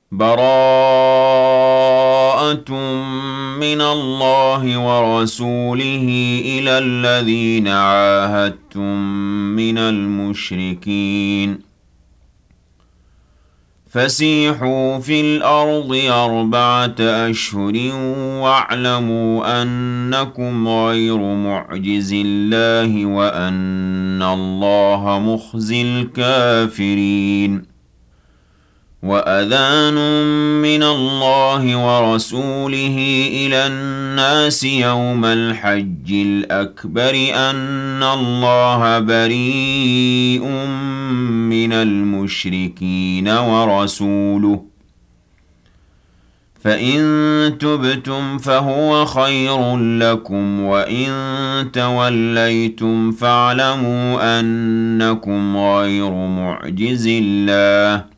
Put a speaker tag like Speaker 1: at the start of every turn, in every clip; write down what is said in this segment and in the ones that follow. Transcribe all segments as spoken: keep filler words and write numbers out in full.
Speaker 1: براءة من الله ورسوله إلى الذين عاهدتم من المشركين فسيحوا في الأرض أربعة أشهر واعلموا أنكم غير معجز الله وأن الله مخزي الكافرين وأذان من الله ورسوله إلى الناس يوم الحج الأكبر أن الله بريء من المشركين ورسوله فإن تبتم فهو خير لكم وإن توليتم فاعلموا أنكم غير معجز الله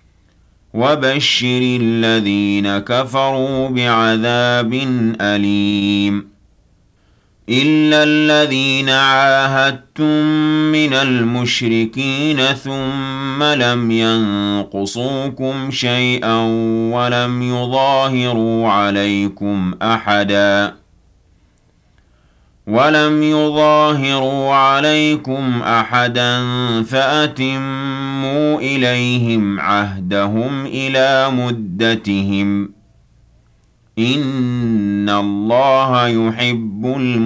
Speaker 1: وبشر الذين كفروا بعذاب أليم إلا الذين عاهدتم من المشركين ثم لم ينقصوكم شيئا ولم يظاهروا عليكم أحدا ولم يظاهروا عليكم أحدا فأتموا إليهم عهدهم إلى مدتهم إن الله يحب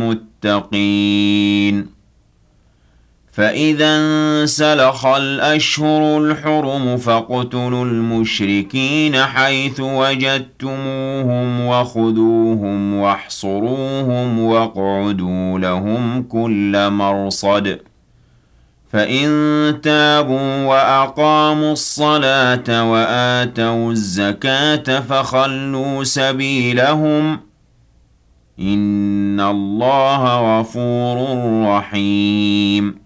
Speaker 1: المتقين فإذا انسلخ الأشهر الحرم فاقتلوا المشركين حيث وجدتموهم وخذوهم واحصروهم واقعدوا لهم كل مرصد فإن تابوا وأقاموا الصلاة وآتوا الزكاة فخلوا سبيلهم إن الله غفور رحيم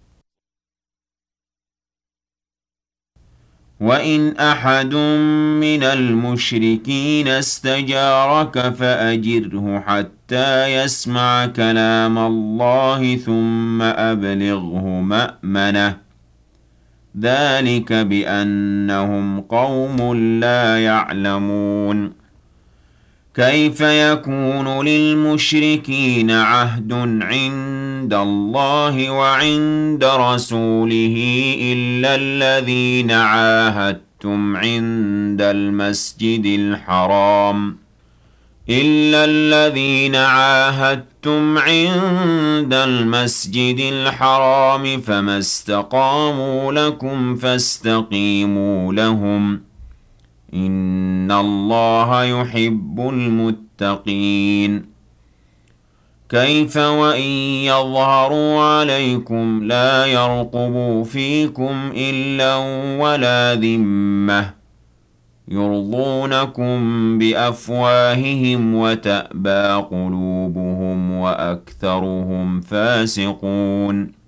Speaker 1: وإن أحد من المشركين استجارك فأجره حتى يسمع كلام الله ثم أبلغه مأمنه ذلك بأنهم قوم لا يعلمون كيف يكون للمشركين عهد عند الله وعند رسوله إلا الذين عاهدتم عند المسجد الحرام إلا الذين عاهدتم عند المسجد الحرام فما استقاموا لكم فاستقيموا لهم إن الله يحب المتقين كيف وإن يظهروا عليكم لا يرقبوا فيكم إلا ولا ذمة يرضونكم بأفواههم وتأبى قلوبهم وأكثرهم فاسقون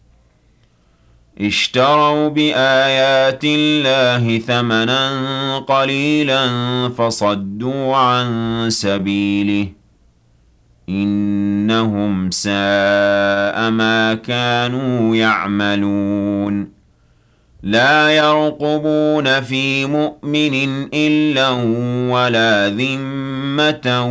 Speaker 1: اشتروا بآيات الله ثمنا قليلا فصدوا عن سبيله إنهم ساء ما كانوا يعملون لا يرقبون في مؤمن إلا ولا ذمة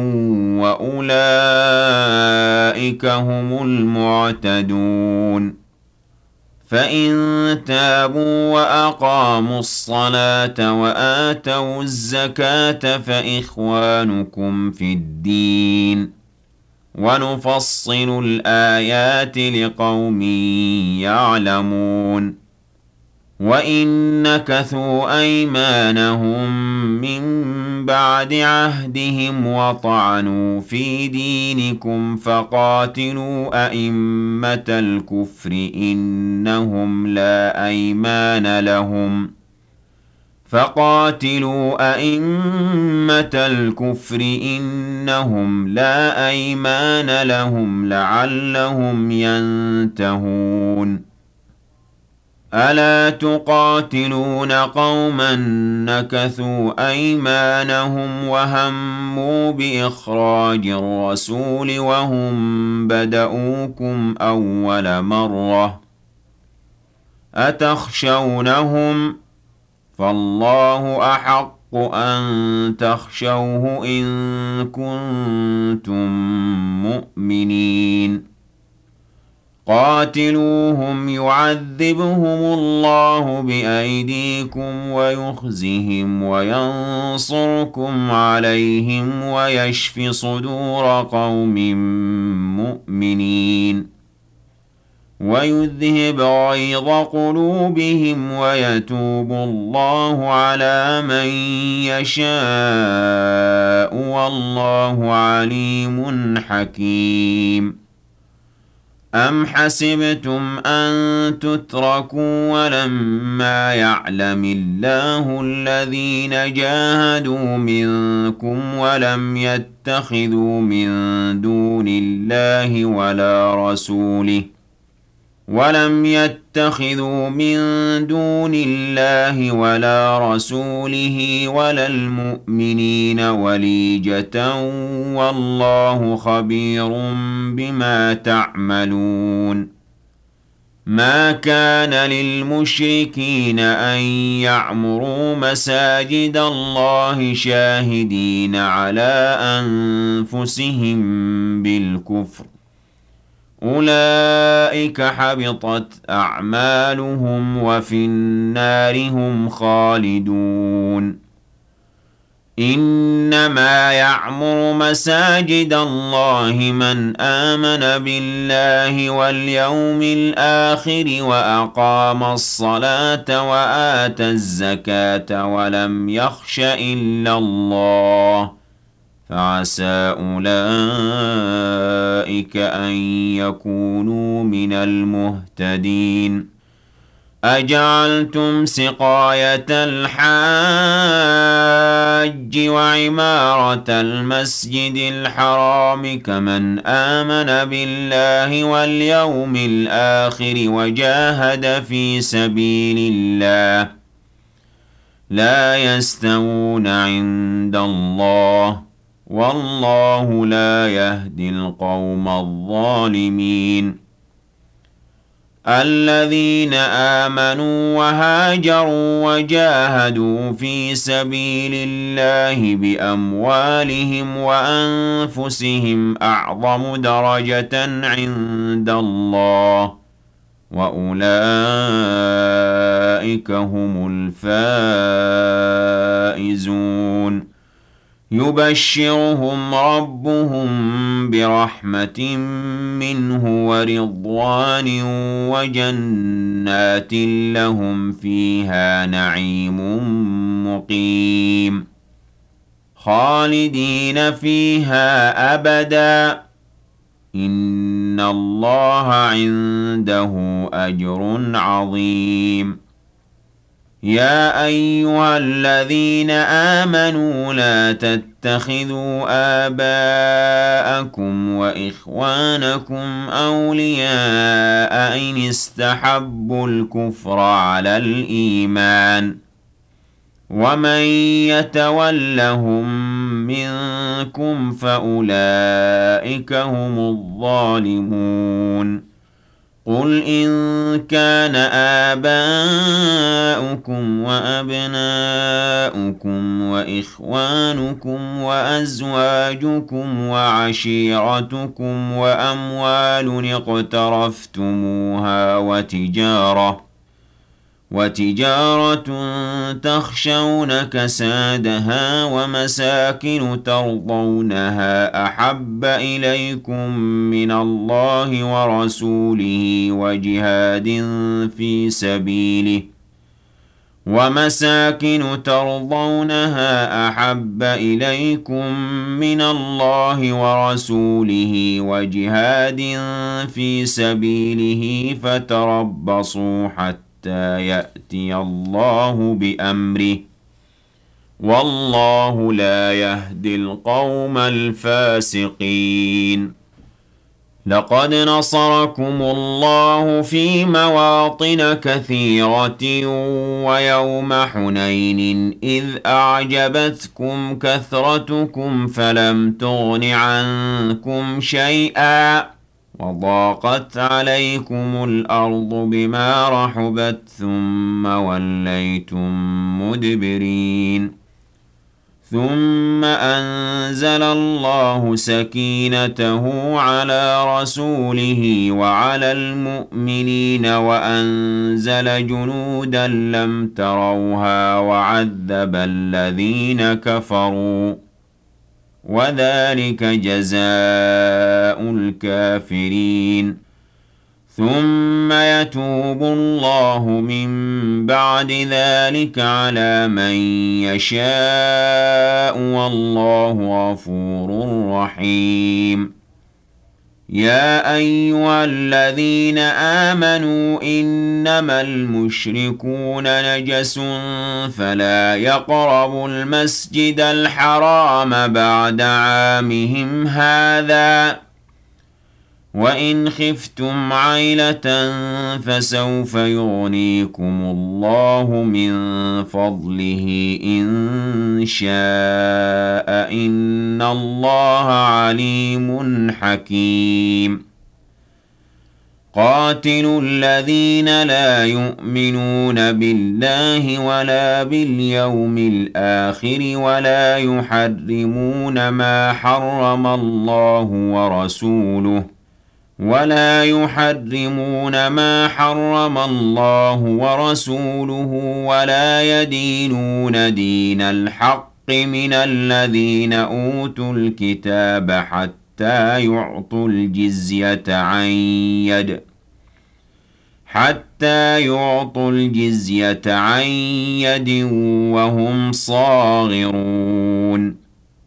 Speaker 1: وأولئك هم المعتدون فإن تابوا وأقاموا الصلاة وآتوا الزكاة فإخوانكم في الدين ونفصل الآيات لقوم يعلمون وإن نكثوا أيمانهم من بعد عهدهم وطعنوا في دينكم فقاتلوا أئمة الكفر إنهم لا أيمان لهم فقاتلوا أئمة الكفر إنهم لا أيمان لهم لعلهم ينتهون ألا تقاتلون قوما نكثوا أيمانهم وهموا بإخراج الرسول وهم بدؤوكم أول مرة أتخشونهم فالله أحق أن تخشوه إن كنتم مؤمنين قاتلوهم يعذبهم الله بأيديكم ويخزهم وينصركم عليهم ويشف صدور قوم مؤمنين ويذهب غيظ قلوبهم ويتوب الله على من يشاء والله عليم حكيم أم حسبتم أن تتركوا ولما يعلم الله الذين جاهدوا منكم ولم يتخذوا من دون الله ولا رسوله ولم يتخذوا من دون الله ولا رسوله ولا المؤمنين وليجة والله خبير بما تعملون ما كان للمشركين أن يعمروا مساجد الله شاهدين على أنفسهم بالكفر أولئك حبطت أعمالهم وفي النار هم خالدون إنما يعمر مساجد الله من آمن بالله واليوم الآخر وأقام الصلاة وآتى الزكاة ولم يخش إلا الله فعسى أولئك أن يكونوا من المهتدين أجعلتم سقاية الحاج وعمارة المسجد الحرام كمن آمن بالله واليوم الآخر وجاهد في سبيل الله لا يستوون عند الله والله لا يهدي القوم الظالمين الذين آمنوا وهاجروا وجاهدوا في سبيل الله بأموالهم وأنفسهم أعظم درجة عند الله وأولئك هم الفائزون يبشرهم ربهم برحمة منه ورضوان وجنات لهم فيها نعيم مقيم خالدين فيها أبدا إن الله عنده أجر عظيم يا أيها الذين آمنوا لا تتخذوا آباءكم وإخوانكم أولياء إن استحبوا الكفر على الإيمان ومن يتولهم منكم فأولئك هم الظالمون قل إن كان آباؤكم وأبناؤكم وإخوانكم وأزواجكم وعشيرتكم وأموال اقترفتموها وتجارة وتجارة تخشون كسادها ومساكن ترضونها أحب إليكم من الله ورسوله وجهاد في سبيله ومساكن ترضونها أحب إليكم من الله ورسوله وجهاد في سبيله فتربصوا حتى حتى يأتي الله بأمره والله لا يهدي القوم الفاسقين لقد نصركم الله في مواطن كثيرة ويوم حنين إذ أعجبتكم كثرتكم فلم تغن عنكم شيئا وضاقت عليكم الأرض بما رحبت ثم وليتم مدبرين ثم أنزل الله سكينته على رسوله وعلى المؤمنين وأنزل جنودا لم تروها وعذب الذين كفروا وذلك جزاء الكافرين ثم يتوب الله من بعد ذلك على من يشاء والله غفور رحيم يا أيها الذين آمنوا إنما المشركون نجس فلا يقربوا المسجد الحرام بعد عامهم هذا وإن خفتم عيلة فسوف يغنيكم الله من فضله إن شاء إن الله عليم حكيم قاتلوا الذين لا يؤمنون بالله ولا باليوم الآخر ولا يحرمون ما حرم الله ورسوله ولا يحرمون ما حرم الله ورسوله ولا يدينون دين الحق من الذين أوتوا الكتاب حتى يعطوا الجزية عن يد حتى يعطوا الجزية عن يد وهم صاغرون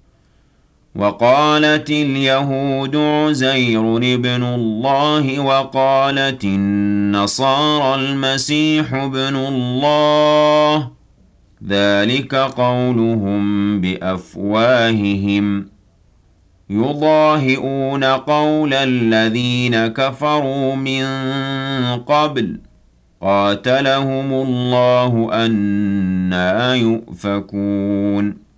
Speaker 1: وقالت اليهود عزير ابن الله وقالت النصارى المسيح ابن الله ذلك قولهم بأفواههم يضاهئون قول الذين كفروا من قبل قاتلهم الله أنى يؤفكون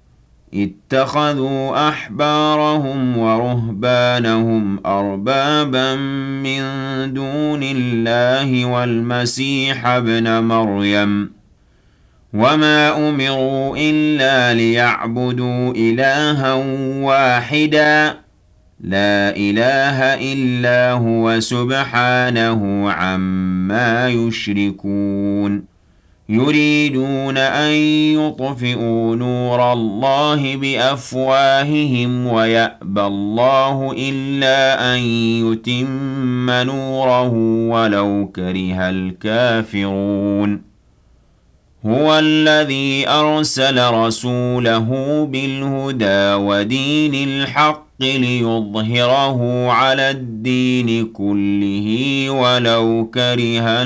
Speaker 1: اتخذوا أحبارهم ورهبانهم أربابا من دون الله والمسيح ابن مريم وما أمروا إلا ليعبدوا إلها واحدا لا إله إلا هو سبحانه عما يشركون يريدون أن يطفئوا نور الله بأفواههم ويأبى الله إلا أن يتم نوره ولو كره الكافرون هو الذي أرسل رسوله بالهدى ودين الحق ليظهره على الدين كله ولو كره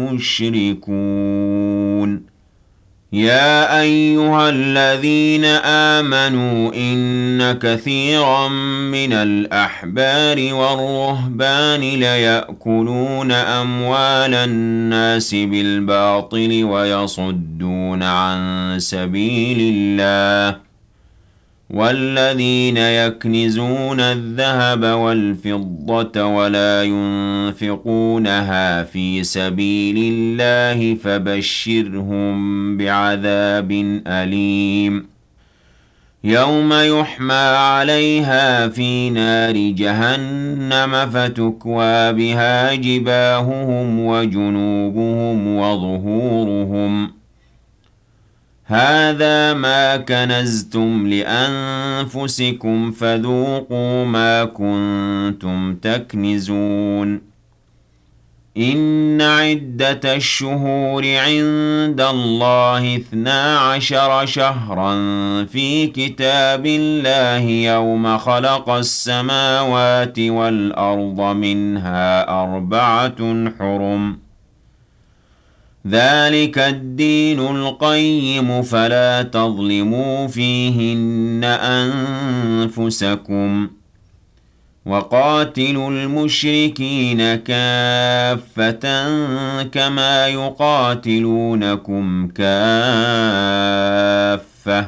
Speaker 1: المشركون يا أيها الذين آمنوا إن كثيرا من الأحبار والرهبان ليأكلون أموال الناس بالباطل ويصدون عن سبيل الله والذين يكنزون الذهب والفضة ولا ينفقونها في سبيل الله فبشرهم بعذاب أليم يوم يحمى عليها في نار جهنم فتكوى بها جباههم وجنوبهم وظهورهم هذا ما كنزتم لأنفسكم فذوقوا ما كنتم تكنزون إن عدة الشهور عند الله اثنا عشر شهرا في كتاب الله يوم خلق السماوات والأرض منها أربعة حرم ذلك الدين القيم فلا تظلموا فيهن أنفسكم وقاتلوا المشركين كافة كما يقاتلونكم كافة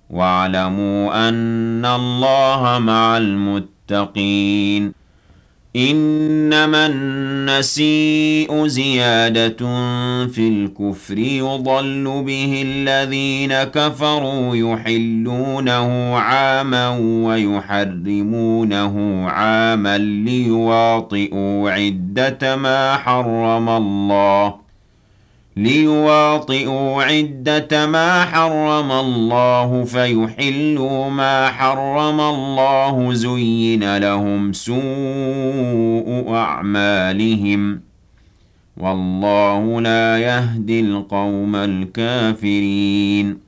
Speaker 1: واعلموا أن الله مع المتقين إنما النسيء زيادة في الكفر يضل به الذين كفروا يحلونه عاما ويحرمونه عاما ليواطئوا عدة ما حرم الله ليواطئوا عدة ما حرم الله فيحلوا ما حرم الله زين لهم سوء أعمالهم والله لا يهدي القوم الكافرين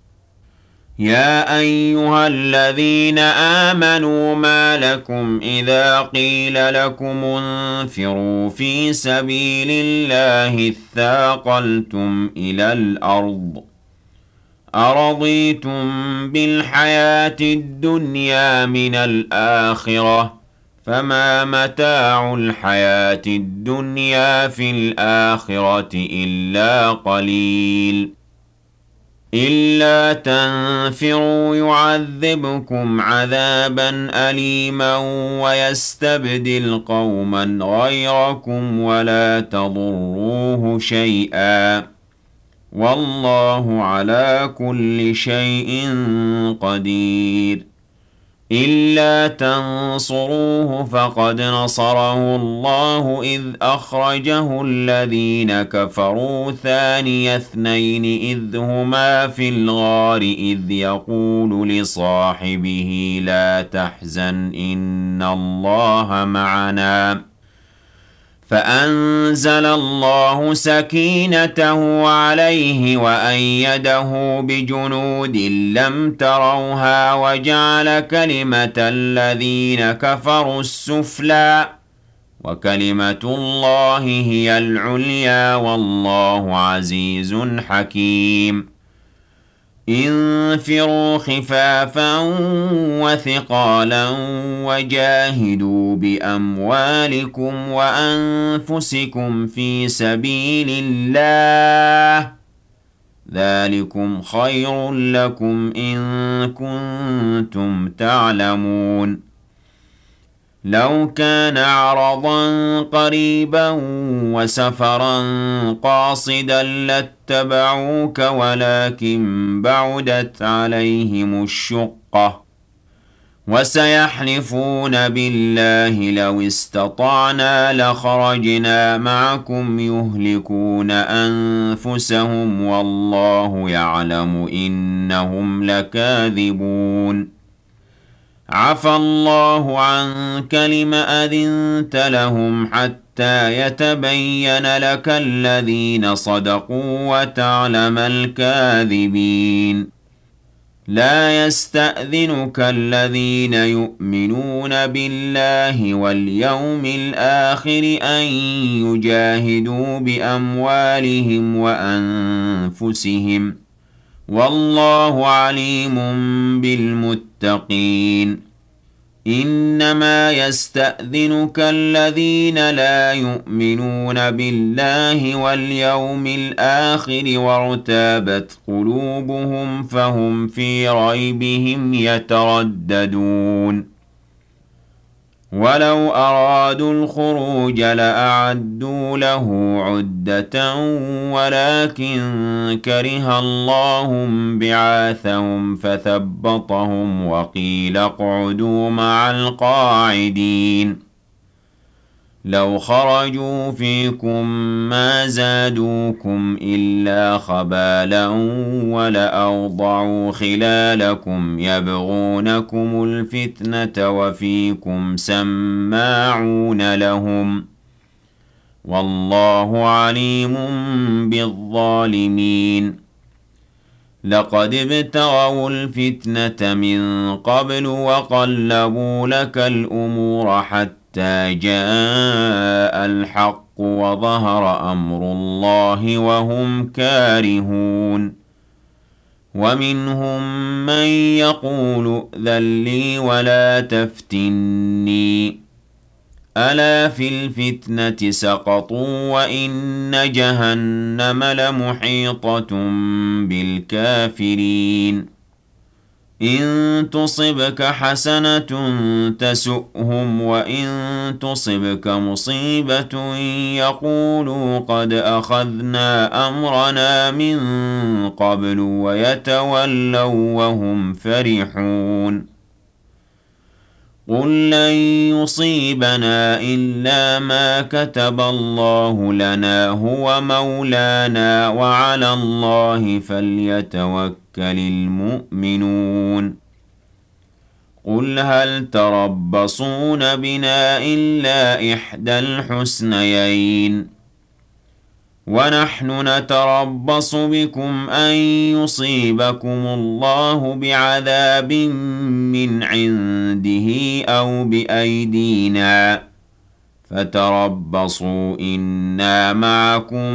Speaker 1: يا أيها الذين آمنوا ما لكم إذا قيل لكم انفروا في سبيل الله اثاقلتم إلى الأرض أرضيتم بالحياة الدنيا من الآخرة فما متاع الحياة الدنيا في الآخرة إلا قليل إلا تنفروا يعذبكم عذابا أليما ويستبدل قوما غيركم ولا تضروه شيئا والله على كل شيء قدير إلا تنصروه فقد نصره الله إذ أخرجه الذين كفروا ثاني اثنين إذ هما في الغار إذ يقول لصاحبه لا تحزن إن الله معنا فأنزل الله سكينته عليه وأيده بجنود لم تروها وجعل كلمة الذين كفروا السفلى وكلمة الله هي العليا والله عزيز حكيم انفروا خفافا وثقالا وجاهدوا بأموالكم وأنفسكم في سبيل الله ذلكم خير لكم إن كنتم تعلمون لو كان عرضا قريبا وسفرا قاصدا لاتبعوك ولكن بعدت عليهم الشقة وسيحلفون بالله لو استطعنا لخرجنا معكم يهلكون أنفسهم والله يعلم إنهم لكاذبون عفى الله عنك لم أذنت لهم حتى يتبين لك الذين صدقوا وتعلم الكاذبين لا يستأذنك الذين يؤمنون بالله واليوم الآخر أن يجاهدوا بأموالهم وأنفسهم والله عليم بالمتقين إنما يستأذنك الذين لا يؤمنون بالله واليوم الآخر وارتابت قلوبهم فهم في ريبهم يترددون ولو أرادوا الخروج لأعدوا له عدة ولكن كره الله بعاثهم فثبطهم وقيل اقعدوا مع القاعدين لو خرجوا فيكم ما زادوكم إلا خبالا ولأوضعوا خلالكم يبغونكم الفتنة وفيكم سماعون لهم والله عليم بالظالمين لقد ابتغوا الفتنة من قبل وقلبوا لك الأمور حتى حتى جاء الحق وظهر أمر الله وهم كارهون ومنهم من يقول ائذن لي ولا تفتني ألا في الفتنة سقطوا وإن جهنم لمحيطة بالكافرين إن تصبك حسنة تسؤهم وإن تصبك مصيبة يقولوا قد أخذنا أمرنا من قبل ويتولوا وهم فرحون قل لن يصيبنا إلا ما كتب الله لنا هو مولانا وعلى الله فليتوكل المؤمنون قل هل تربصون بنا إلا إحدى الحسنيين ونحن نتربص بكم أن يصيبكم الله بعذاب من عنده أو بأيدينا فتربصوا إنا معكم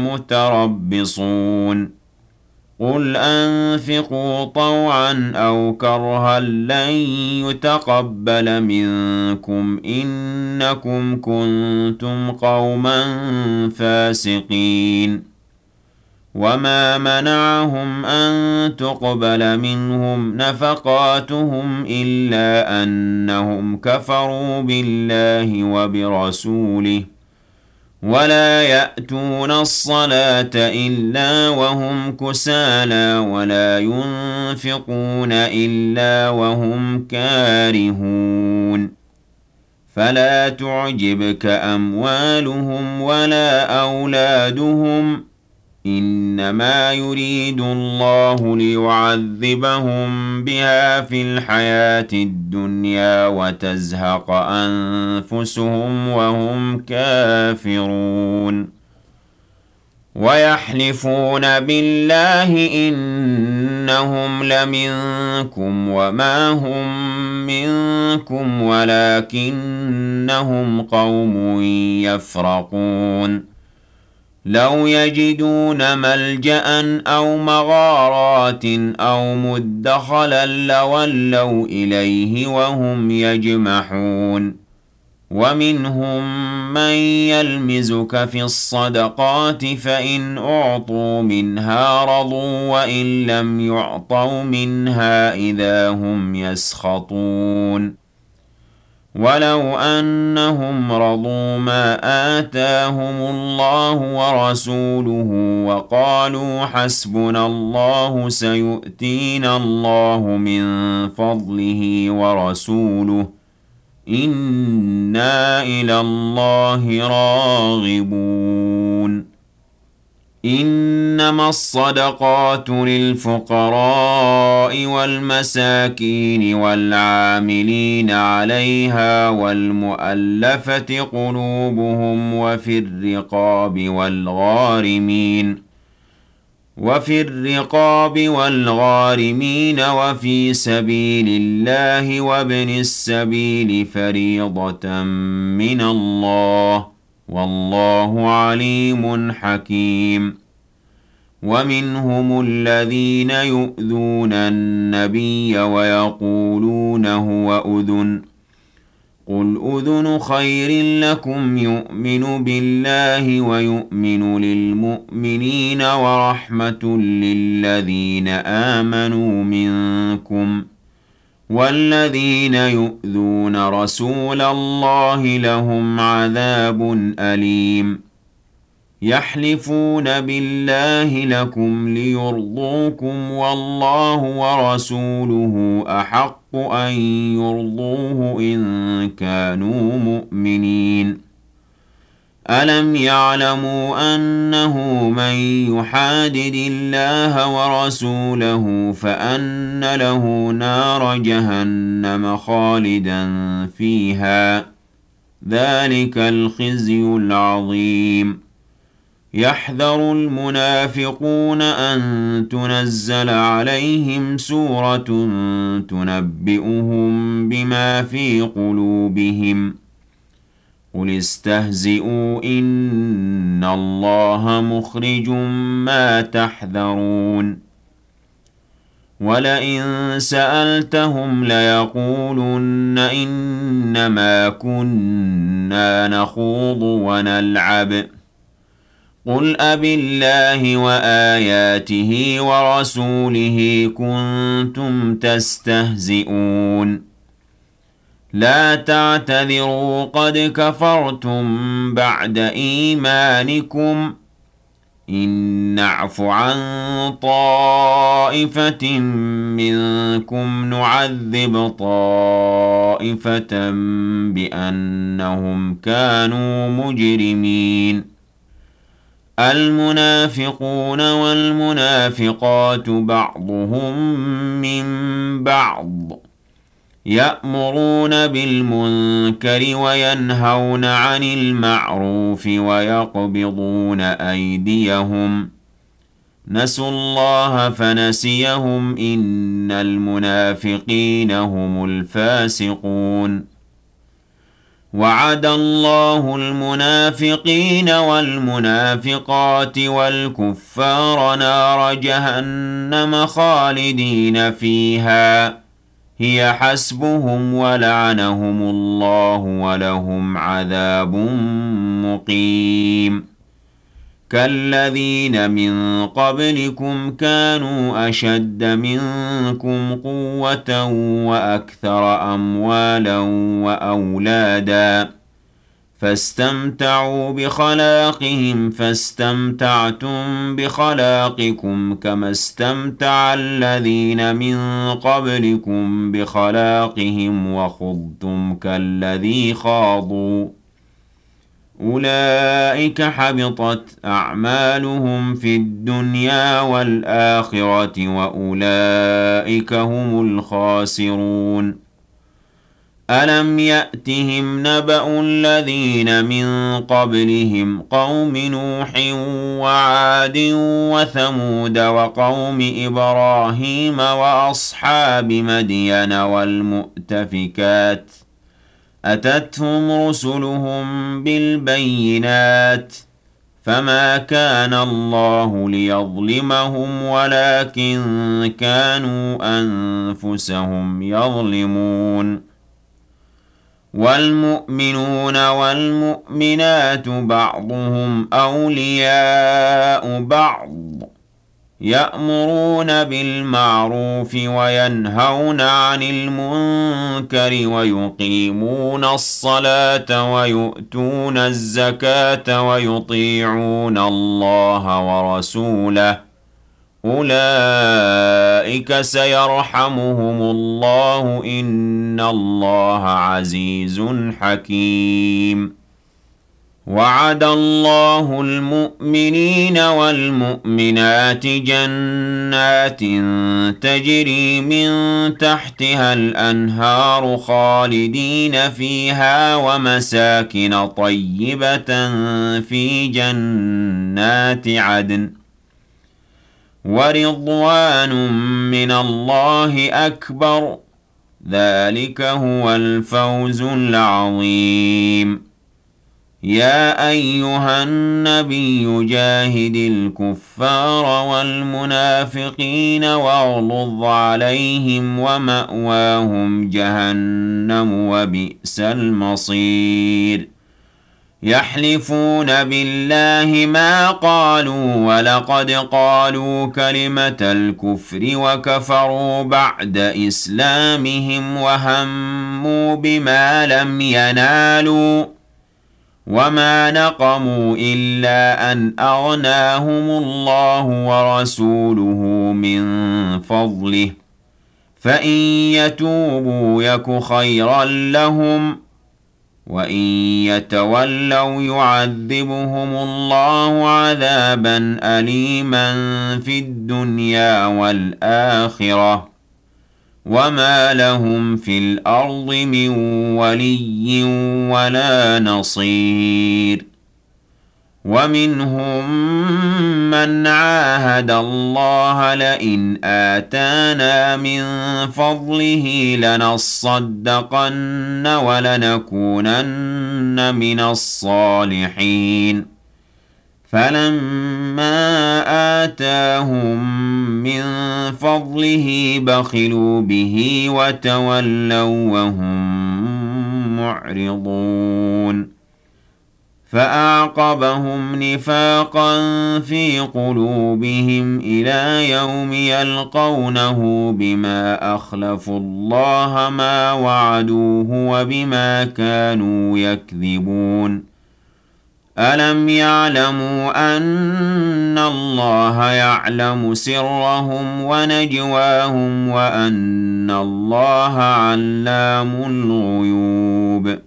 Speaker 1: متربصون قل أنفقوا طوعا أو كرها لن يتقبل منكم إنكم كنتم قوما فاسقين وما منعهم أن تقبل منهم نفقاتهم إلا أنهم كفروا بالله وبرسوله ولا يأتون الصلاة إلا وهم كسالى ولا ينفقون إلا وهم كارهون فلا تعجبك أموالهم ولا أولادهم إنما يريد الله ليعذبهم بها في الحياة الدنيا وتزهق أنفسهم وهم كافرون ويحلفون بالله إنهم لمنكم وما هم منكم ولكنهم قوم يفرقون لو يجدون ملجأ أو مغارات أو مدخلا لولوا إليه وهم يجمحون ومنهم من يلمزك في الصدقات فإن أعطوا منها رضوا وإن لم يعطوا منها إذا هم يسخطون ولو أنهم رضوا ما آتاهم الله ورسوله وقالوا حسبنا الله سيؤتينا الله من فضله ورسوله إنا إلى الله راغبون إنما الصدقات للفقراء والمساكين والعاملين عليها والمؤلفة قلوبهم وفي الرقاب والغارمين وفي الرقاب والغارمين وفي سبيل الله وابن السبيل فريضة من الله والله عليم حكيم ومنهم الذين يؤذون النبي ويقولون هو أذن قل أذن خير لكم يؤمن بالله ويؤمن للمؤمنين ورحمة للذين آمنوا منكم والذين يؤذون رسول الله لهم عذاب أليم يحلفون بالله لكم ليرضوكم والله ورسوله أحق أن يرضوه إن كانوا مؤمنين ألم يعلموا أنه من يحادد الله ورسوله فأن له نار جهنم خالدا فيها ذلك الخزي العظيم يحذر المنافقون أن تنزل عليهم سورة تنبئهم بما في قلوبهم قل استهزئوا إن الله مخرج ما تحذرون ولئن سألتهم ليقولن إنما كنا نخوض ونلعب قل أبالله وآياته ورسوله كنتم تستهزئون لا تعتذروا قد كفرتم بعد إيمانكم إن نعف عن طائفة منكم نعذب طائفة بأنهم كانوا مجرمين المنافقون والمنافقات بعضهم من بعض يأمرون بالمنكر وينهون عن المعروف ويقبضون أيديهم نسوا الله فنسيهم إن المنافقين هم الفاسقون وعد الله المنافقين والمنافقات والكفار نار جهنم خالدين فيها هي حسبهم ولعنهم الله ولهم عذاب مقيم كالذين من قبلكم كانوا أشد منكم قوة وأكثر أموالا وأولادا فاستمتعوا بخلاقهم فاستمتعتم بخلاقكم كما استمتع الذين من قبلكم بخلاقهم وخضتم كالذي خاضوا أولئك حبطت أعمالهم في الدنيا والآخرة وأولئك هم الخاسرون ألم يأتهم نبأ الذين من قبلهم قوم نوح وعاد وثمود وقوم إبراهيم وأصحاب مدين والمؤتفكات أتتهم رسلهم بالبينات فما كان الله ليظلمهم ولكن كانوا أنفسهم يظلمون والمؤمنون والمؤمنات بعضهم أولياء بعض يأمرون بالمعروف وينهون عن المنكر ويقيمون الصلاة ويؤتون الزكاة ويطيعون الله ورسوله أولئك سيرحمهم الله إن الله عزيز حكيم وعد الله المؤمنين والمؤمنات جنات تجري من تحتها الأنهار خالدين فيها ومساكن طيبة في جنات عدن ورضوان من الله أكبر ذلك هو الفوز العظيم يا أيها النبي جاهد الكفار والمنافقين واغلظ عليهم ومأواهم جهنم وبئس المصير يحلفون بالله ما قالوا ولقد قالوا كلمة الكفر وكفروا بعد إسلامهم وهموا بما لم ينالوا وما نقموا إلا أن أغناهم الله ورسوله من فضله فإن يتوبوا يك خيرا لهم وإن يتولوا يعذبهم الله عذابا أليما في الدنيا والآخرة وما لهم في الأرض من ولي ولا نصير ومنهم من عاهد الله لئن آتانا من فضله لنصدقن ولنكونن من الصالحين فلما آتاهم من فضله بخلوا به وتولوا وهم معرضون فأعقبهم نفاقا في قلوبهم إلى يوم يلقونه بما أخلفوا الله ما وعدوه وبما كانوا يكذبون ألم يعلموا أن الله يعلم سرهم ونجواهم وأن الله علام الغيوب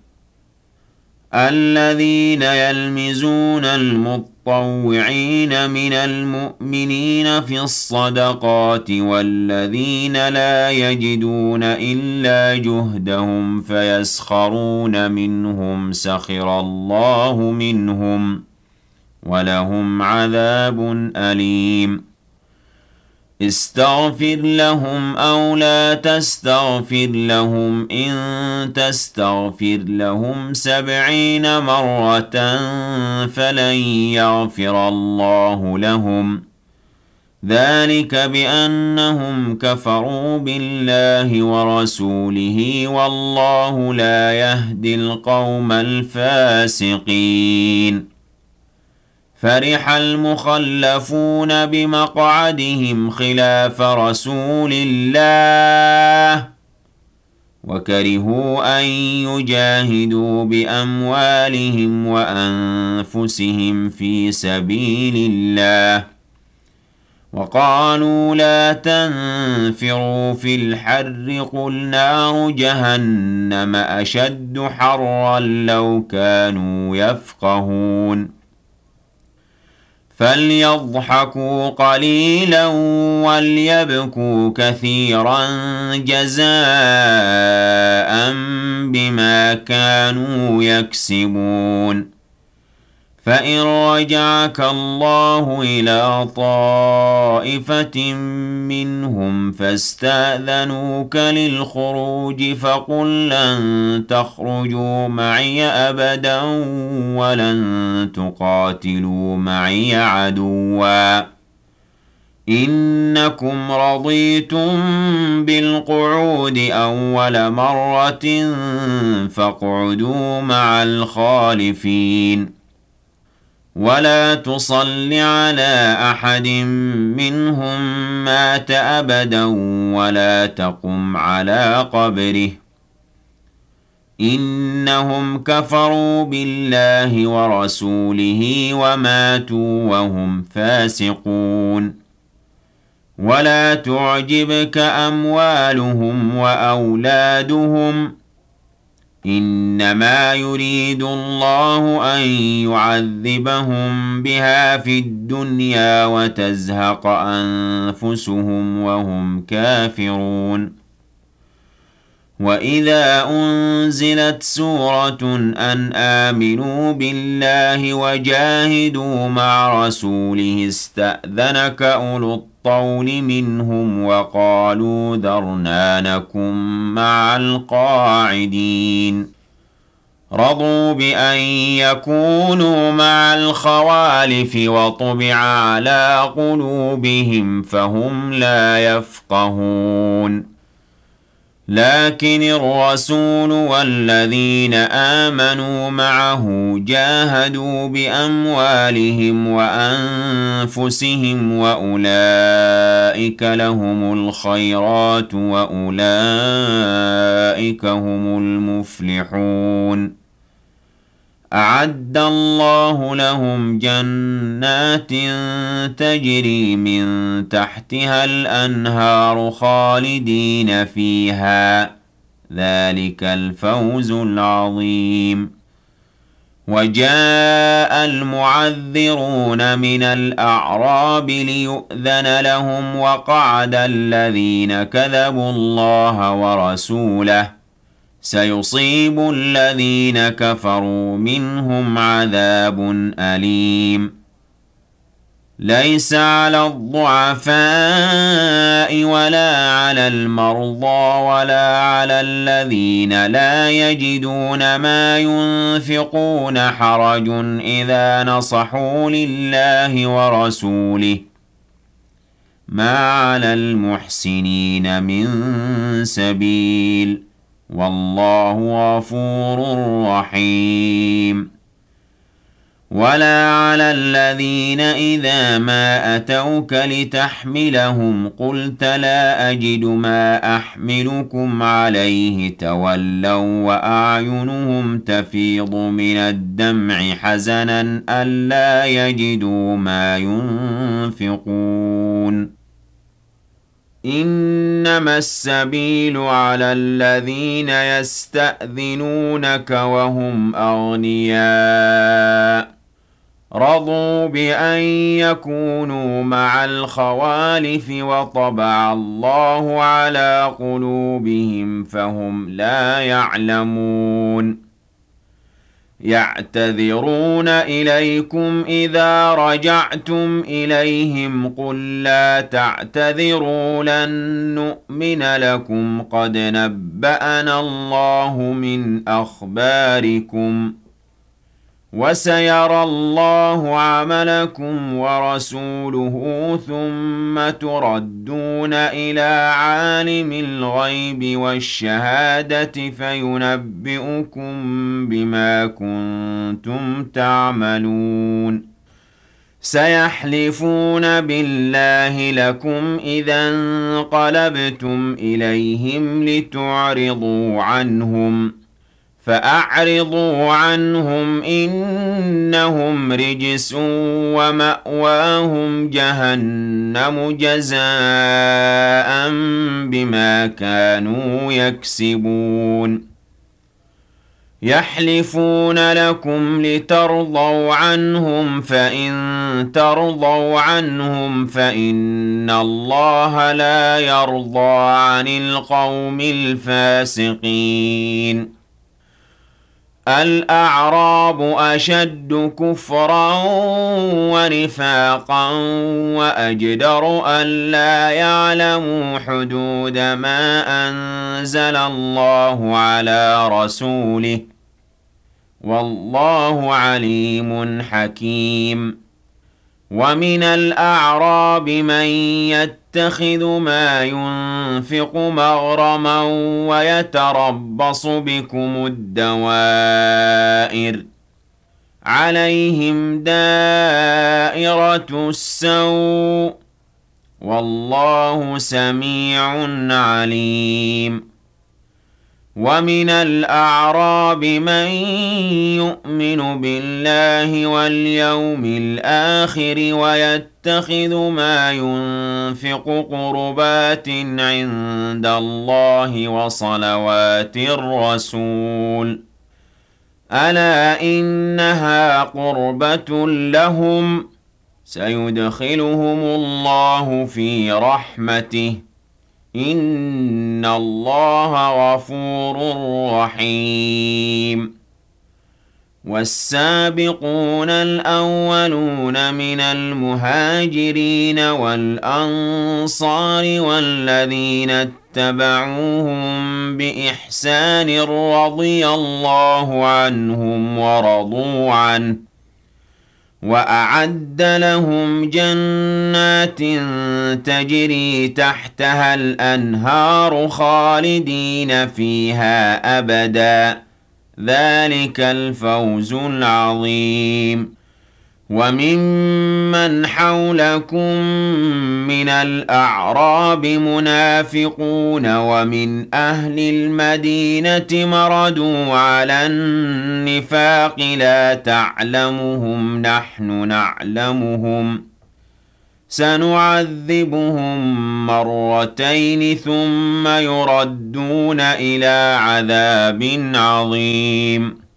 Speaker 1: الذين يلمزون المطوعين من المؤمنين في الصدقات والذين لا يجدون إلا جهدهم فيسخرون منهم سخر الله منهم ولهم عذاب أليم استغفر لهم أو لا تستغفر لهم إن تستغفر لهم سبعين مرة فلن يغفر الله لهم ذلك بأنهم كفروا بالله ورسوله والله لا يهدي القوم الفاسقين فرح المخلفون بمقعدهم خلاف رسول الله وكرهوا أن يجاهدوا بأموالهم وأنفسهم في سبيل الله وقالوا لا تنفروا في الحر قل نار جهنم أشد حرا لو كانوا يفقهون فليضحكوا قليلا وليبكوا كثيرا جزاء بما كانوا يكسبون فإن رجعك الله إلى طائفة منهم فاستأذنوك للخروج فقل لن تخرجوا معي أبدا ولن تقاتلوا معي عدوا إنكم رضيتم بالقعود أول مرة فاقعدوا مع الخالفين ولا تصل على أحد منهم مات أبدا ولا تقم على قبره إنهم كفروا بالله ورسوله وماتوا وهم فاسقون ولا تعجبك أموالهم وأولادهم إنما يريد الله أن يعذبهم بها في الدنيا وتزهق أنفسهم وهم كافرون وإذا أنزلت سورة أن آمنوا بالله وجاهدوا مع رسوله استأذنك أولو الطول منهم وقالوا ذرنا نكن مع القاعدين رضوا بأن يكونوا مع الخوالف وطبع على قلوبهم فهم لا يفقهون لكن الرسول والذين آمنوا معه جاهدوا بأموالهم وأنفسهم وأولئك لهم الخيرات وأولئك هم المفلحون أعد الله لهم جنات تجري من تحتها الأنهار خالدين فيها ذلك الفوز العظيم وجاء المعذرون من الأعراب ليؤذن لهم وقعد الذين كذبوا الله ورسوله سيصيب الذين كفروا منهم عذاب أليم ليس على الضعفاء ولا على المرضى ولا على الذين لا يجدون ما ينفقون حرج إذا نصحوا لله ورسوله ما على المحسنين من سبيل والله غفور رحيم ولا على الذين إذا ما أتوك لتحملهم قلت لا أجد ما أحملكم عليه تولوا وأعينهم تفيض من الدمع حزنا ألا يجدوا ما ينفقون إنما السبيل على الذين يستأذنونك وهم أغنياء رضوا بأن يكونوا مع الخوالف وطبع الله على قلوبهم فهم لا يعلمون يعتذرون إليكم إذا رجعتم إليهم قل لا تعتذروا لن نؤمن لكم قد نبأنا الله من أخباركم وسيرى الله عملكم ورسوله ثم تردون إلى عالم الغيب والشهادة فينبئكم بما كنتم تعملون سيحلفون بالله لكم إذا انقلبتم إليهم لتعرضوا عنهم فأعرضوا عنهم إنهم رجس ومأواهم جهنم جزاء بما كانوا يكسبون يحلفون لكم لترضوا عنهم فإن ترضوا عنهم فإن الله لا يرضى عن القوم الفاسقين الأعراب أشد كفرا ونفاقا وأجدر ألا يعلموا حدود ما أنزل الله على رسوله والله عليم حكيم ومن الأعراب من يتخذ ما ينفق مغرما ويتربص بكم الدوائر عليهم دائرة السوء والله سميع عليم ومن الأعراب من يؤمن بالله واليوم الآخر ويتخذ ما ينفق قربات عند الله وصلوات الرسول ألا إنها قربة لهم سيدخلهم الله في رحمته إن الله غفور رحيم والسابقون الأولون من المهاجرين والأنصار والذين اتبعوهم بإحسان رضي الله عنهم ورضوا عنه وأعد لهم جنات تجري تحتها الأنهار خالدين فيها أبدا ذلك الفوز العظيم وممن حولكم من الأعراب منافقون ومن أهل المدينة مردوا على النفاق لا تعلمهم نحن نعلمهم سنعذبهم مرتين ثم يردون إلى عذاب عظيم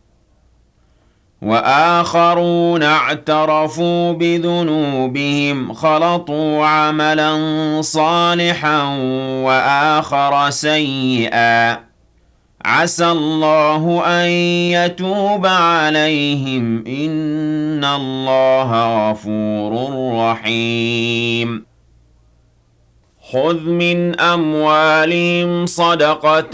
Speaker 1: وآخرون اعترفوا بذنوبهم خلطوا عملا صالحا وآخر سيئا عسى الله أن يتوب عليهم إن الله غفور رحيم خذ من أموالهم صدقة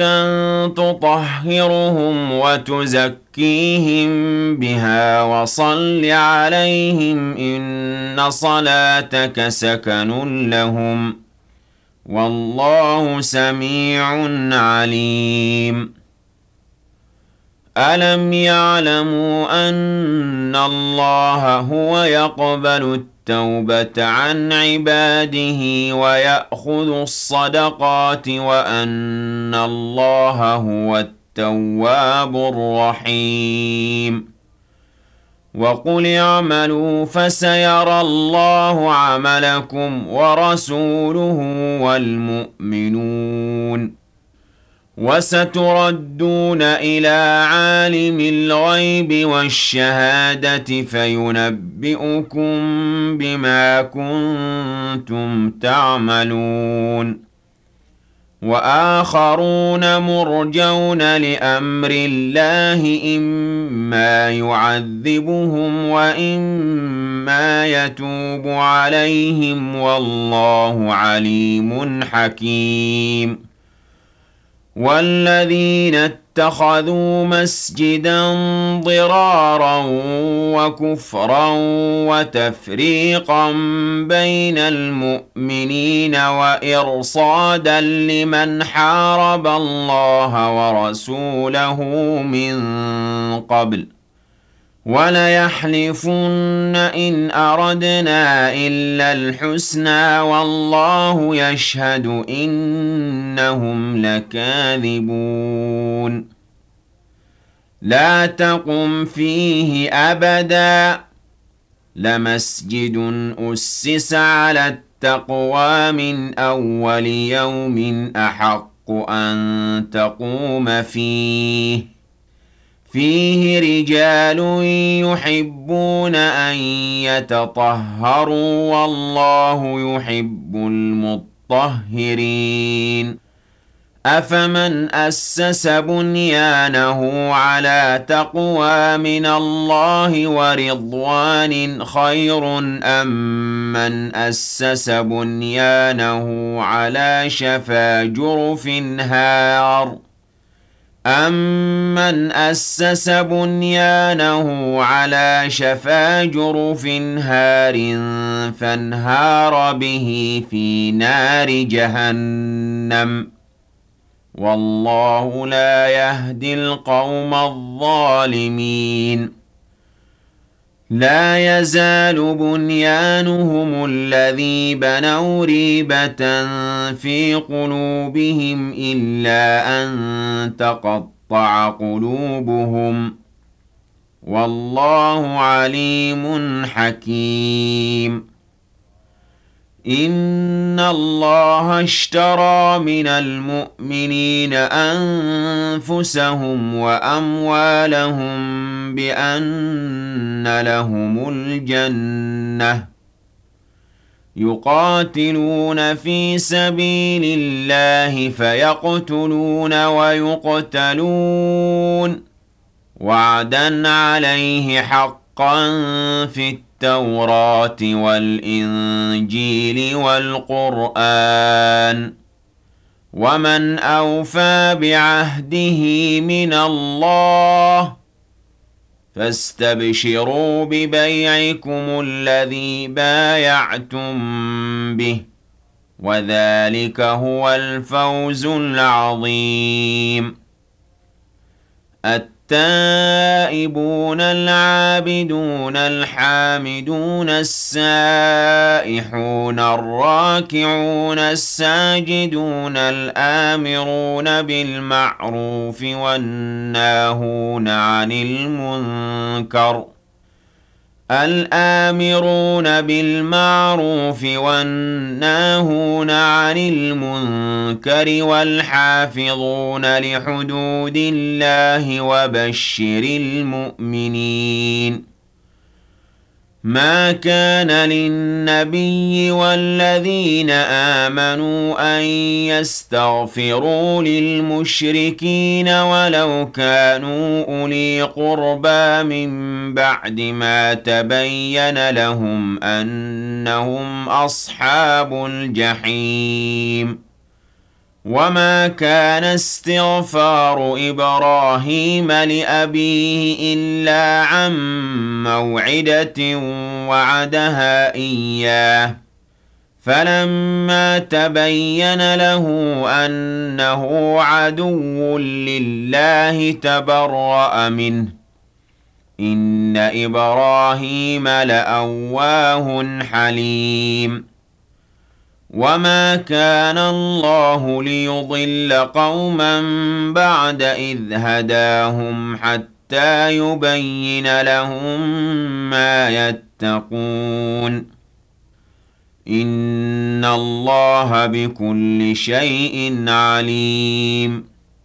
Speaker 1: تطهرهم وتزكيهم بها وصل عليهم إن صلاتك سكن لهم والله سميع عليم أَلَمْ يَعْلَمُوا أَنَّ اللَّهَ هُوَ يَقْبَلُ التَّوْبَةَ عَنْ عِبَادِهِ وَيَأْخُذُ الصَّدَقَاتِ وَأَنَّ اللَّهَ هُوَ التَّوَّابُ الرَّحِيمُ وَقُلِ اعْمَلُوا فَسَيَرَى اللَّهُ عَمَلَكُمْ وَرَسُولُهُ وَالْمُؤْمِنُونَ وَسَتُرَدُّونَ إِلَى عَالِمِ الْغَيْبِ وَالشَّهَادَةِ فَيُنَبِّئُكُم بِمَا كُنتُمْ تَعْمَلُونَ وَآخَرُونَ مُرْجَوْنَ لِأَمْرِ اللَّهِ إِمَّا يُعَذِّبُهُمْ وَإِمَّا يَتُوبُ عَلَيْهِمْ وَاللَّهُ عَلِيمٌ حَكِيمٌ وَالَّذِينَ اتَّخَذُوا مَسْجِدًا ضِرَارًا وَكُفْرًا وَتَفْرِيقًا بَيْنَ الْمُؤْمِنِينَ وَإِرْصَادًا لِمَنْ حَارَبَ اللَّهَ وَرَسُولَهُ مِنْ قَبْلُ وَلَيَحْلِفُنَّ إِنْ أَرَدْنَا إِلَّا الْحُسْنَى وَاللَّهُ يَشْهَدُ إِنَّهُمْ لَكَاذِبُونَ لَا تَقُمْ فِيهِ أَبَدًا لَمَسْجِدٌ أُسِّسَ عَلَى التَّقْوَى مِنْ أَوَّلِ يَوْمٍ أَحَقُّ أَن تَقُومَ فِيهِ فِيهِ رِجَالٌ يُحِبُّونَ أَن يَتَطَهَّرُوا وَاللَّهُ يُحِبُّ الْمُطَّهِّرِينَ أَفَمَنْ أَسَّسَ بُنْيَانَهُ عَلَى تَقْوَى مِنَ اللَّهِ وَرِضْوَانٍ خَيْرٌ أَمْ مَنْ أَسَّسَ بُنْيَانَهُ عَلَى شَفَا جُرُفٍ هَارٍ أَمَّنْ أَسَّسَ بُنْيَانَهُ عَلَى شَفَا جُرُفٍ هَارٍ فَانْهَارَ بِهِ فِي نَارِ جَهَنَّمَ وَاللَّهُ لَا يَهْدِي الْقَوْمَ الظَّالِمِينَ لَا يَزَالُ بُنْيَانُهُمُ الَّذِي بَنَوْا رِيبَةً فِي قُلُوبِهِمْ إِلَّا أَن تَقَطَّعَ قُلُوبُهُمْ وَاللَّهُ عَلِيمٌ حَكِيمٌ إِنَّ اللَّهَ اشْتَرَىٰ مِنَ الْمُؤْمِنِينَ أَنفُسَهُمْ وَأَمْوَالَهُم بِأَنَّ لَهُمُ الْجَنَّةَ يُقَاتِلُونَ فِي سَبِيلِ اللَّهِ فَيَقْتُلُونَ وَيُقْتَلُونَ وَعْدًا عَلَيْهِ حَقًّا فِي التَّوْرَاةِ وَالْإِنْجِيلِ وَالْقُرْآنِ وَمَنْ أَوْفَىٰ بِعَهْدِهِ مِنَ اللَّهِ فَاسْتَبْشِرُوا بِبَيْعِكُمُ الَّذِي بايعتم بِهِ وَذَلِكَ هُوَ الْفَوْزُ الْعَظِيمُ التائبون العابدون الحامدون السائحون الراكعون الساجدون الآمرون بالمعروف والناهون عن المنكر الآمرون بالمعروف والناهون عن المنكر والحافظون لحدود الله وبشر المؤمنين ما كان للنبي والذين آمنوا أن يستغفروا للمشركين ولو كانوا أولي قربى من بعد ما تبين لهم أنهم أصحاب الجحيم وما كان استغفار إبراهيم لأبيه إلا عن موعدة وعدها إياه فَلَمَّا تَبَيَّنَ لَهُ أَنَّهُ عَدُوٌّ لِّلَّهِ تَبَرَّأَ مِنْهُ ۚ إِنَّ إِبْرَاهِيمَ لَأَوَّاهٌ حَلِيمٌ وَمَا كَانَ اللَّهُ لِيُضِلَّ قَوْمًا بَعْدَ إِذْ هَدَاهُمْ حَتَّىٰ يُبَيِّنَ لَهُم مَّا يَتَّقُونَ إِنَّ اللَّهَ بِكُلِّ شَيْءٍ عَلِيمٌ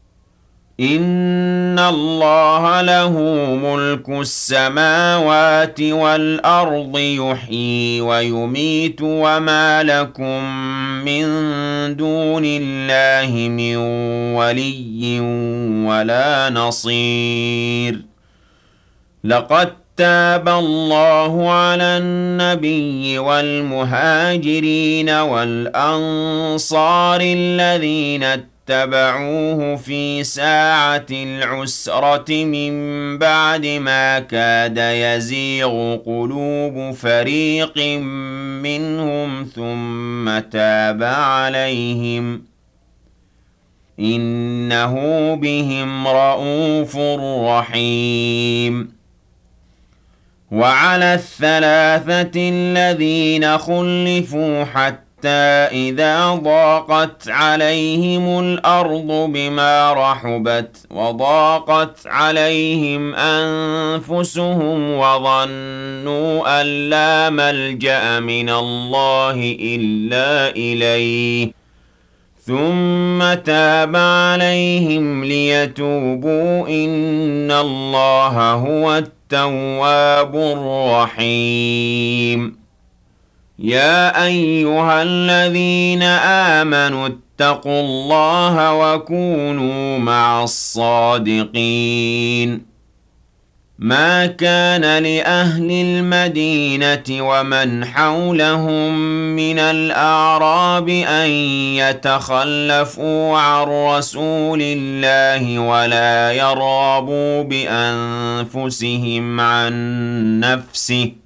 Speaker 1: إِنَّ اللَّهَ لَهُ مُلْكُ السَّمَاوَاتِ وَالْأَرْضِ يُحْيِي وَيُمِيتُ وَمَا لَكُم مِّن دُونِ اللَّهِ مِن وَلِيٍّ وَلَا نَصِيرٍ لَقَد تَّابَ اللَّهُ عَلَى النَّبِيِّ وَالْمُهَاجِرِينَ وَالْأَنصَارِ الَّذِينَ اتَّبَعُوهُ فِي سَاعَةِ الْعُسْرَةِ مِن بَعْدِ مَا كَادَ يَزِيغُ قُلُوبُ فَرِيقٍ مِّنْهُمْ ثُمَّ تَابَ عَلَيْهِمْ ۚ إِنَّهُ بِهِمْ رَءُوفٌ رَّحِيمٌ وَعَلَى الثَّلَاثَةِ الَّذِينَ خُلِّفُوا حَتَّىٰ إِذَا ضَاقَتْ عَلَيْهِمُ الْأَرْضُ بِمَا رَحُبَتْ وَضَاقَتْ عَلَيْهِمْ أَنفُسُهُمْ وَظَنُّوا أَن لَّا مَلْجَأَ مِنَ اللَّهِ إِلَّا إِلَيْهِ ثُمَّ تَابَ عَلَيْهِمْ لِيَتُوبُوا إِنَّ اللَّهَ هُوَ التَّوَّابُ الرَّحِيمُ يَا أَيُّهَا الَّذِينَ آمَنُوا اتَّقُوا اللَّهَ وَكُونُوا مَعَ الصَّادِقِينَ مَا كَانَ لِأَهْلِ الْمَدِينَةِ وَمَنْ حَوْلَهُم مِّنَ الْأَعْرَابِ أَن يَتَخَلَّفُوا عَن رَّسُولِ اللَّهِ وَلَا يَرْغَبُوا بِأَنفُسِهِمْ عَن نَّفْسِهِ ۚ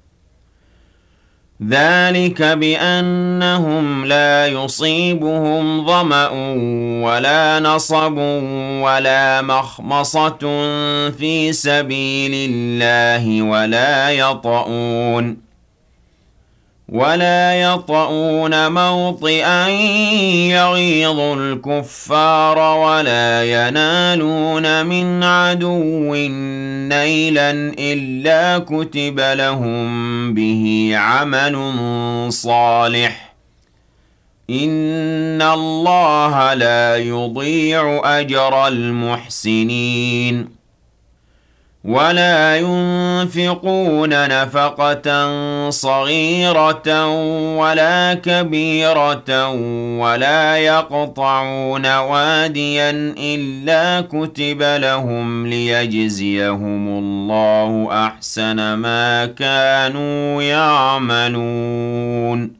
Speaker 1: ذَٰلِكَ بِأَنَّهُمْ لَا يُصِيبُهُمْ ظَمَأٌ وَلَا نَصَبٌ وَلَا مَخْمَصَةٌ فِي سَبِيلِ اللَّهِ وَلَا يَطَئُونَ وَلَا يَطَئُونَ مَوْطِئًا يَغِيظُ الْكُفَّارَ وَلَا يَنَالُونَ مِنْ عَدُوٍّ نَيْلًا إِلَّا كُتِبَ لَهُم بِهِ عَمَلٌ صَالِحٌ ۚ إِنَّ اللَّهَ لَا يُضِيعُ أَجْرَ الْمُحْسِنِينَ وَلَا يُنفِقُونَ نَفَقَةً صَغِيرَةً وَلَا كَبِيرَةً وَلَا يَقْطَعُونَ وَادِيًا إِلَّا كُتِبَ لَهُمْ لِيَجْزِيَهُمُ اللَّهُ أَحْسَنَ مَا كَانُوا يَعْمَلُونَ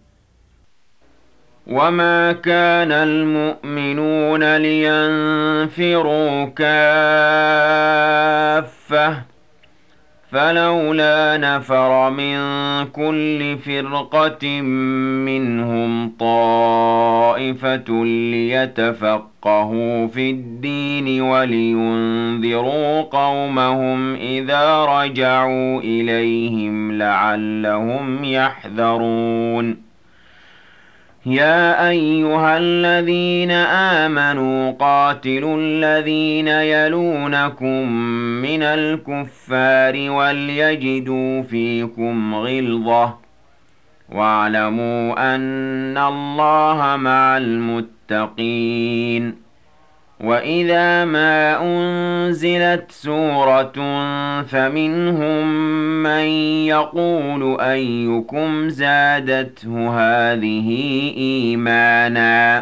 Speaker 1: وَمَا كَانَ الْمُؤْمِنُونَ لِيَنفِرُوا كَافَّةً ۚ فَلَوْلَا نَفَرَ مِن كُلِّ فِرْقَةٍ مِّنْهُمْ طَائِفَةٌ لِّيَتَفَقَّهُوا فِي الدِّينِ وَلِيُنذِرُوا قَوْمَهُمْ إِذَا رَجَعُوا إِلَيْهِمْ لَعَلَّهُمْ يَحْذَرُونَ يَا أَيُّهَا الَّذِينَ آمَنُوا قَاتِلُوا الَّذِينَ يَلُونَكُم مِّنَ الْكُفَّارِ وَلْيَجِدُوا فِيكُمْ غِلْظَةً ۚ وَاعْلَمُوا أَنَّ اللَّهَ مَعَ الْمُتَّقِينَ وَإِذَا مَا أُنزِلَتْ سُورَةٌ فَمِنْهُم مَّن يَقُولُ أَيُّكُمْ زَادَتْهُ هَٰذِهِ إِيمَانًا ۚ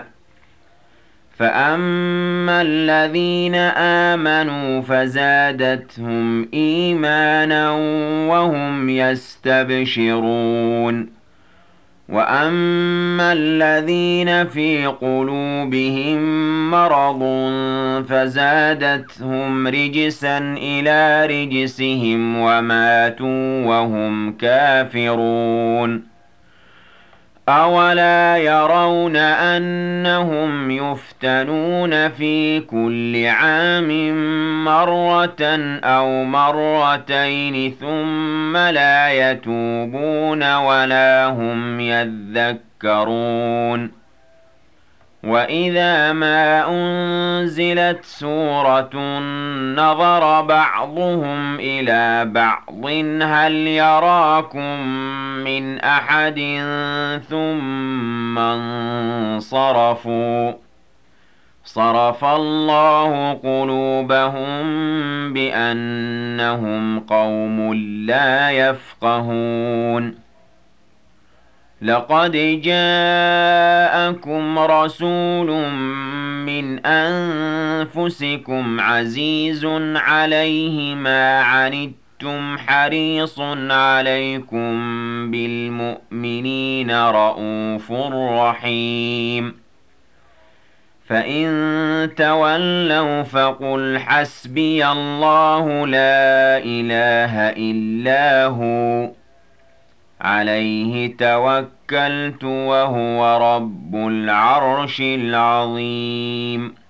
Speaker 1: فَأَمَّا الَّذِينَ آمَنُوا فَزَادَتْهُمْ إِيمَانًا وَهُمْ يَسْتَبْشِرُونَ وَأَمَّا الَّذِينَ فِي قُلُوبِهِم مَّرَضٌ فَزَادَتْهُمْ رِجْسًا إِلَىٰ رِجْسِهِمْ وَمَاتُوا وَهُمْ كَافِرُونَ أَوَلَا يَرَوْنَ أَنَّهُمْ يُفْتَنُونَ فِي كُلِّ عَامٍ مَّرَّةً أَوْ مَرَّتَيْنِ ثُمَّ لَا يَتُوبُونَ وَلَا هُمْ يَذَّكَّرُونَ وَإِذَا مَا أُنزِلَتْ سُورَةٌ نَظَرَ بَعْضُهُمْ إِلَىٰ بَعْضٍ هَلْ يَرَاكُم مِّنْ أَحَدٍ ثُمَّ انصَرَفُوا ۚ صَرَفَ اللَّهُ قُلُوبَهُم بِأَنَّهُمْ قَوْمٌ لَّا يَفْقَهُونَ لَقَدْ جَاءَكُمْ رَسُولٌ مِّنْ أَنفُسِكُمْ عَزِيزٌ عَلَيْهِ مَا عَنِتُّمْ حَرِيصٌ عَلَيْكُم بِالْمُؤْمِنِينَ رَءُوفٌ رَّحِيمٌ فَإِن تَوَلَّوْا فَقُلْ حَسْبِيَ اللَّهُ لَا إِلَٰهَ إِلَّا هُوَ عَلَيْهِ تَوَكَّلْتُ وَهُوَ رَبُّ الْعَرْشِ الْعَظِيمِ